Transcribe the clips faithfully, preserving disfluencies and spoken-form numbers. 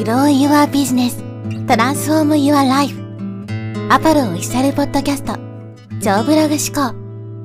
Grow Your Business Transform Your Life アポロオフィシャルポッドキャスト超ブログ思考。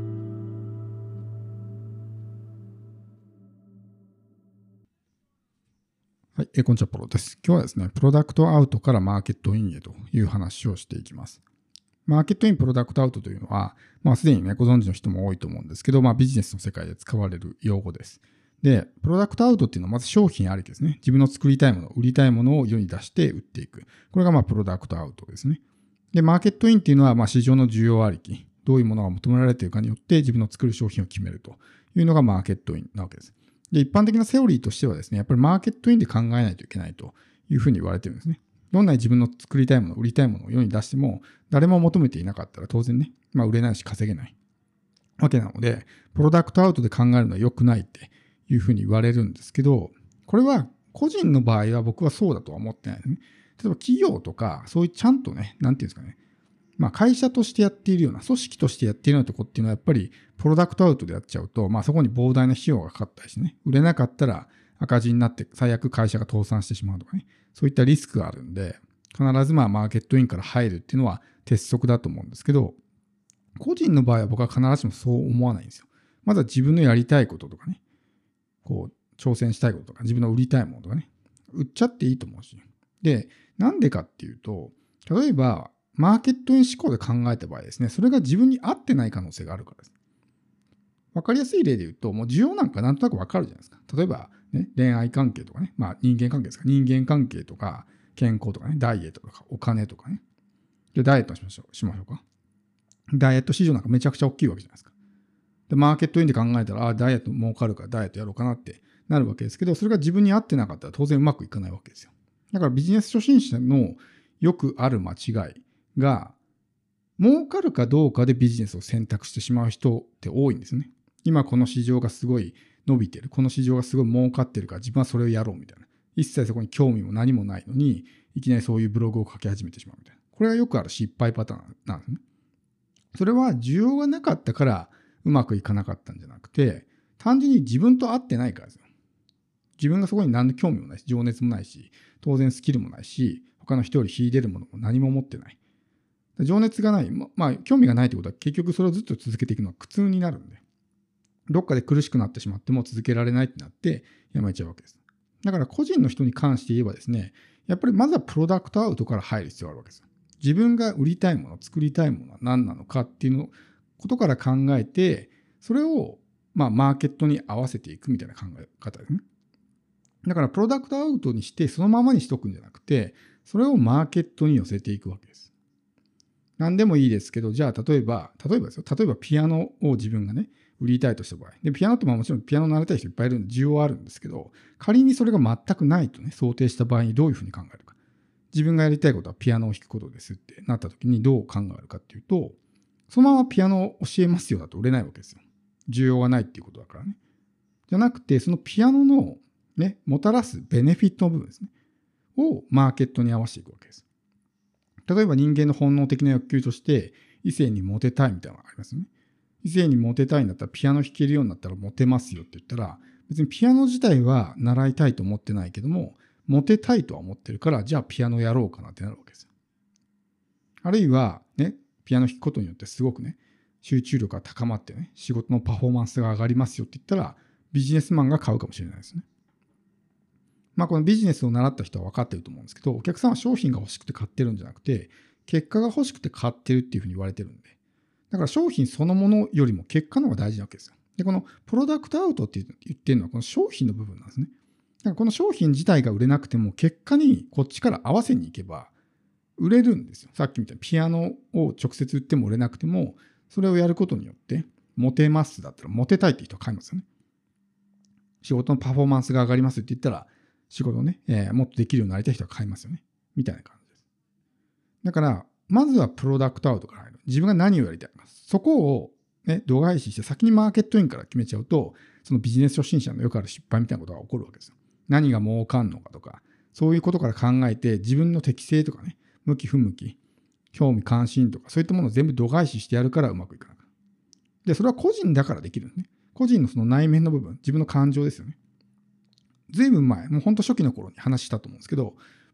はい、えー、こんにちは、ポロです。今日はですね、プロダクトアウトからマーケットインへという話をしていきます。マーケットイン、プロダクトアウトというのは、まあ、すでにね、ご存知の人も多いと思うんですけど、まあ、ビジネスの世界で使われる用語です。で、プロダクトアウトっていうのは、まず商品ありきですね。自分の作りたいもの、売りたいものを世に出して売っていく。これがまあ、プロダクトアウトですね。で、マーケットインっていうのは、まあ、市場の需要ありき。どういうものが求められているかによって自分の作る商品を決めるというのがマーケットインなわけです。で、一般的なセオリーとしてはですね、やっぱりマーケットインで考えないといけないというふうに言われてるんですね。どんなに自分の作りたいもの、売りたいものを世に出しても、誰も求めていなかったら当然ね、まあ売れないし稼げないわけなので、プロダクトアウトで考えるのは良くないっていうふうに言われるんですけど、これは個人の場合は僕はそうだとは思ってないですね。例えば企業とか、そういうちゃんとね、なんていうんですかね、まあ会社としてやっているような、組織としてやっているようなとこっていうのはやっぱりプロダクトアウトでやっちゃうと、まあそこに膨大な費用がかかったりしてね、売れなかったら赤字になって最悪会社が倒産してしまうとかね、そういったリスクがあるんで、必ずまあマーケットインから入るっていうのは鉄則だと思うんですけど、個人の場合は僕は必ずしもそう思わないんですよ。まずは自分のやりたいこととかね、こう挑戦したいこととか、自分の売りたいものとかね、売っちゃっていいと思うし。で、なんでかっていうと、例えば、マーケットイン思考で考えた場合ですね、それが自分に合ってない可能性があるからです。わかりやすい例で言うと、もう需要なんかなんとなくわかるじゃないですか。例えば、ね、恋愛関係とかね、まあ人間関係ですか。人間関係とか、健康とかね、ダイエットとか、お金とかね。で、ダイエットしましょう、しましょうか。ダイエット市場なんかめちゃくちゃ大きいわけじゃないですか。で、マーケットインで考えたら、ああ、ダイエット儲かるからダイエットやろうかなってなるわけですけど、それが自分に合ってなかったら当然うまくいかないわけですよ。だからビジネス初心者のよくある間違いが、儲かるかどうかでビジネスを選択してしまう人って多いんですね。今この市場がすごい伸びてる。この市場がすごい儲かってるから自分はそれをやろうみたいな。一切そこに興味も何もないのに、いきなりそういうブログを書き始めてしまうみたいな。これがよくある失敗パターンなんですね。それは需要がなかったからうまくいかなかったんじゃなくて、単純に自分と合ってないからですよ。自分がそこに何の興味もないし、情熱もないし、当然スキルもないし、他の人より秀でるものも何も持ってない。情熱がない、まあ興味がないってことは結局それをずっと続けていくのは苦痛になるんで、どっかで苦しくなってしまっても続けられないってなってやめちゃうわけです。だから個人の人に関して言えばですね、やっぱりまずはプロダクトアウトから入る必要があるわけです。自分が売りたいもの、作りたいものは何なのかっていうのことから考えて、それをまあマーケットに合わせていくみたいな考え方ですね。だからプロダクトアウトにしてそのままにしとくんじゃなくて、それをマーケットに寄せていくわけです。何でもいいですけど、じゃあ例えば、例えばですよ、例えばピアノを自分がね、売りたいとした場合。で、ピアノってまあもちろんピアノ習いたい人いっぱいいるんで需要はあるんですけど、仮にそれが全くないとね、想定した場合にどういうふうに考えるか。自分がやりたいことはピアノを弾くことですってなった時にどう考えるかっていうと、そのままピアノを教えますよだと売れないわけですよ。需要がないっていうことだからね。じゃなくて、そのピアノのね、もたらすベネフィットの部分ですね。をマーケットに合わせていくわけです。例えば人間の本能的な欲求として異性にモテたいみたいなのがありますよね。異性にモテたいんだったらピアノ弾けるようになったらモテますよって言ったら、別にピアノ自体は習いたいと思ってないけども、モテたいとは思ってるから、じゃあピアノやろうかなってなるわけですよ。あるいはね、ピアノ弾くことによってすごくね、集中力が高まってね、仕事のパフォーマンスが上がりますよって言ったら、ビジネスマンが買うかもしれないですね。まあこのビジネスを習った人は分かってると思うんですけど、お客さんは商品が欲しくて買ってるんじゃなくて、結果が欲しくて買ってるっていうふうに言われてるんで。だから商品そのものよりも結果の方が大事なわけですよ。で、このプロダクトアウトって言ってるのはこの商品の部分なんですね。だからこの商品自体が売れなくても結果にこっちから合わせに行けば売れるんですよ。さっきみたいにピアノを直接売っても売れなくても、それをやることによってモテますだったらモテたいって人は買いますよね。仕事のパフォーマンスが上がりますって言ったら仕事をね、えー、もっとできるようになりたい人は買いますよね。みたいな感じです。だから、まずはプロダクトアウトから入る。自分が何をやりたいか。そこを、ね、度外視して先にマーケットインから決めちゃうと、そのビジネス初心者のよくある失敗みたいなことが起こるわけですよ。何が儲かんのかとか、そういうことから考えて自分の適性とかね、向き不向き、興味関心とか、そういったものを全部度外視してやるからうまくいかなくなる。で、それは個人だからできるんですね。個人のその内面の部分、自分の感情ですよね。ずいぶん前、もうほんと初期の頃に話したと思うんですけど、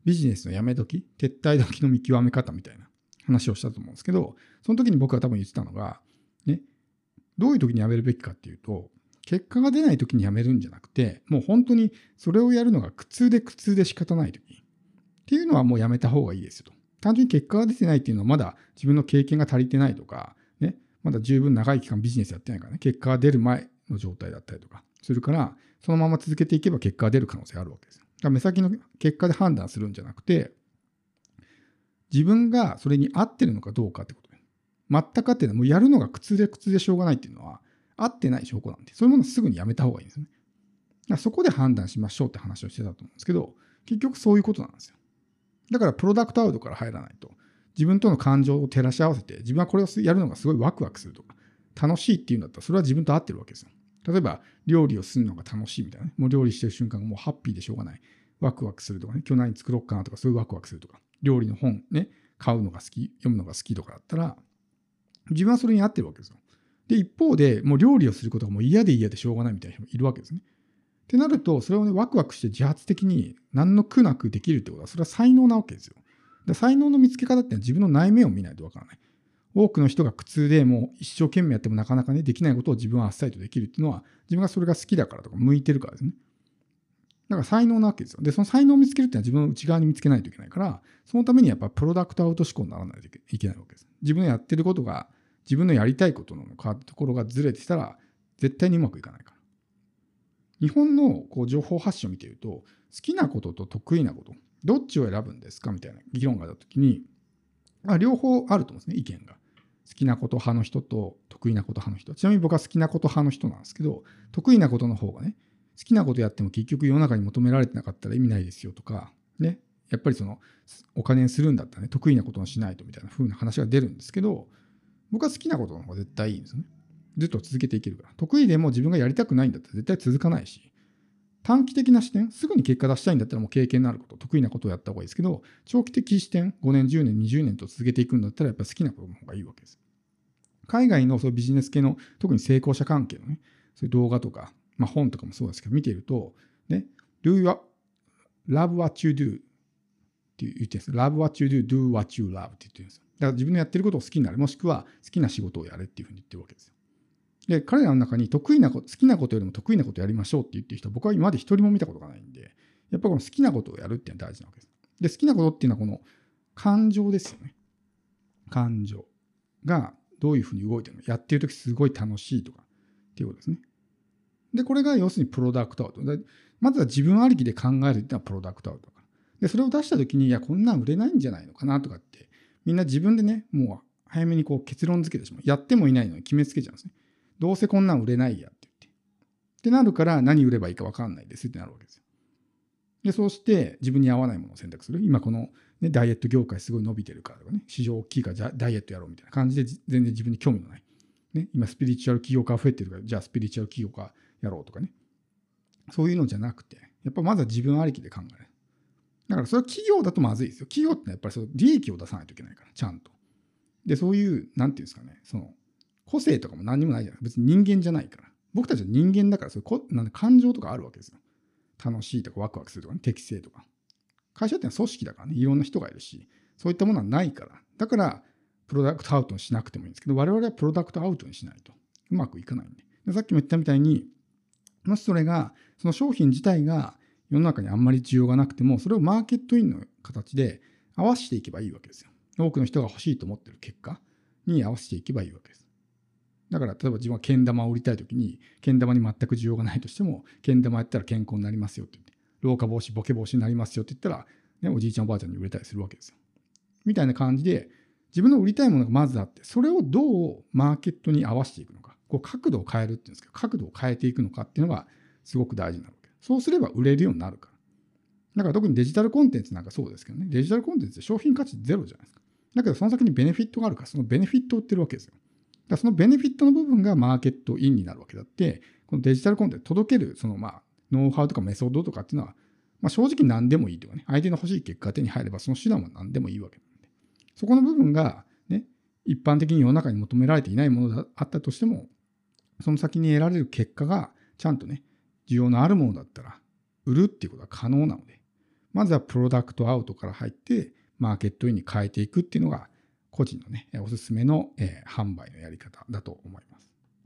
ビジネスのやめ時、撤退時の見極め方みたいな話をしたと思うんですけど、その時に僕が多分言ってたのが、ね、どういう時にやめるべきかっていうと、結果が出ない時にやめるんじゃなくて、もう本当にそれをやるのが苦痛で苦痛で仕方ない時っていうのはもうやめた方がいいですよと。単純に結果が出てないっていうのはまだ自分の経験が足りてないとか、ね、まだ十分長い期間ビジネスやってないからね、結果が出る前の状態だったりとかするから、そのまま続けていけば結果が出る可能性があるわけですよ。だから目先の結果で判断するんじゃなくて、自分がそれに合ってるのかどうかってことで。全く合ってない。もうやるのが苦痛で苦痛でしょうがないっていうのは、合ってない証拠なんで、そういうものはすぐにやめた方がいいんですよね。だからそこで判断しましょうって話をしてたと思うんですけど、結局そういうことなんですよ。だからプロダクトアウトから入らないと、自分との感情を照らし合わせて、自分はこれをやるのがすごいワクワクするとか、楽しいっていうんだったら、それは自分と合ってるわけですよ。例えば、料理をするのが楽しいみたいなね。もう料理してる瞬間がもうハッピーでしょうがない。ワクワクするとかね。今日何作ろうかなとか、そういうワクワクするとか。料理の本ね、買うのが好き、読むのが好きとかだったら、自分はそれに合ってるわけですよ。で、一方で、もう料理をすることがもう嫌で嫌でしょうがないみたいな人もいるわけですね。ってなると、それをね、ワクワクして自発的に何の苦なくできるってことは、それは才能なわけですよ。で、才能の見つけ方ってのは自分の内面を見ないとわからない。多くの人が苦痛でもう一生懸命やってもなかなかね、できないことを自分はあっさりとできるっていうのは、自分がそれが好きだからとか、向いてるからですね。だから才能なわけですよ。で、その才能を見つけるってのは自分の内側に見つけないといけないから、そのためにやっぱプロダクトアウト思考にならないといけないわけです。自分のやってることが、自分のやりたいことの変わったところがずれてたら、絶対にうまくいかないから。日本のこう情報発信を見ていると、好きなことと得意なこと、どっちを選ぶんですかみたいな議論があったときに、あ、両方あると思うんですね、意見が。好きなこと派の人と得意なこと派の人。ちなみに僕は好きなこと派の人なんですけど、得意なことの方がね、好きなことやっても結局世の中に求められてなかったら意味ないですよとか、ね、やっぱりそのお金にするんだったらね、得意なことをしないとみたいな風な話が出るんですけど、僕は好きなことの方が絶対いいんですよね。ずっと続けていけるから。得意でも自分がやりたくないんだったら絶対続かないし、短期的な視点、すぐに結果出したいんだったらもう経験のあること、得意なことをやった方がいいですけど、長期的視点、ごねん、じゅうねん、にじゅうねんと続けていくんだったらやっぱり好きなことの方がいいわけです。海外のそういうビジネス系の、特に成功者関係のね、そういう動画とか、まあ本とかもそうですけど、見ていると、ね、do you love what you do って言ってるんです。love what you do, do what you love って言ってるんですよ。だから自分のやってることを好きになる、もしくは好きな仕事をやれっていうふうに言ってるわけですよ。で、彼らの中に得意なこと、好きなことよりも得意なことをやりましょうって言ってる人は僕は今まで一人も見たことがないんで、やっぱこの好きなことをやるっていうのは大事なわけです。で、好きなことっていうのはこの感情ですよね。感情がどういうふうに動いてるのか、やってるときすごい楽しいとかっていうことですね。で、これが要するにプロダクトアウト。まずは自分ありきで考えるっていうのはプロダクトアウトだから。で、それを出したときに、いや、こんなん売れないんじゃないのかなとかって、みんな自分でね、もう早めにこう結論付けてしまう。やってもいないのに決めつけちゃうんですね。どうせこんなん売れないやって言って。ってなるから何売ればいいか分かんないですってなるわけですよ。で、そうして自分に合わないものを選択する。今この、ね、ダイエット業界すごい伸びてるからとかね、市場大きいからダイエットやろうみたいな感じで全然自分に興味のない。ね、今スピリチュアル起業家増えてるから、じゃあスピリチュアル起業家やろうとかね。そういうのじゃなくて、やっぱまずは自分ありきで考える。だからそれは企業だとまずいですよ。企業ってやっぱりその利益を出さないといけないから、ちゃんと。で、そういう、なんていうんですかね、その、個性とかも何にもないじゃない。別に人間じゃないから。僕たちは人間だから、そういうなん感情とかあるわけですよ。楽しいとかワクワクするとかね、適性とか。会社ってのは組織だからね、いろんな人がいるし、そういったものはないから。だから、プロダクトアウトにしなくてもいいんですけど、我々はプロダクトアウトにしないとうまくいかないんで。でさっきも言ったみたいに、もしそれが、その商品自体が世の中にあんまり需要がなくても、それをマーケットインの形で合わせていけばいいわけですよ。多くの人が欲しいと思っている結果に合わせていけばいいわけです。だから、例えば自分はけん玉を売りたいときに、けん玉に全く需要がないとしても、けん玉やったら健康になりますよって言って、老化防止、ボケ防止になりますよって言ったら、ね、おじいちゃんおばあちゃんに売れたりするわけですよ。みたいな感じで、自分の売りたいものがまずあって、それをどうマーケットに合わせていくのか、こう角度を変えるっていうんですけど、角度を変えていくのかっていうのがすごく大事なわけ。そうすれば売れるようになるから。だから特にデジタルコンテンツなんかそうですけどね、デジタルコンテンツって商品価値ゼロじゃないですか。だけどその先にベネフィットがあるから、そのベネフィットを売ってるわけですよ。だからそのベネフィットの部分がマーケットインになるわけだって、このデジタルコンテンツ届けるそのまあノウハウとかメソッドとかっていうのは、まあ、正直何でもいいというかね、相手の欲しい結果が手に入ればその手段は何でもいいわけなんで、そこの部分がね、一般的に世の中に求められていないものだあったとしても、その先に得られる結果がちゃんとね、需要のあるものだったら売るっていうことは可能なので、 まずはプロダクトアウトから入って、マーケットインに変えていくっていうのが、個人のね、おすすめの、えー、販売のやり方だと思います。